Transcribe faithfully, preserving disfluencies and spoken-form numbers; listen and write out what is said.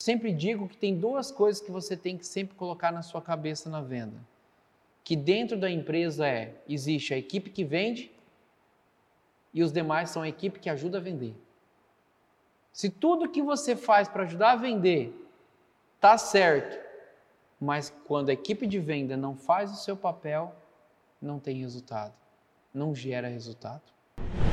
sempre digo que tem duas coisas que você tem que sempre colocar na sua cabeça na venda. Que dentro da empresa é, existe a equipe que vende e os demais são a equipe que ajuda a vender. Se tudo que você faz para ajudar a vender está certo, mas quando a equipe de venda não faz o seu papel, não tem resultado, não gera resultado.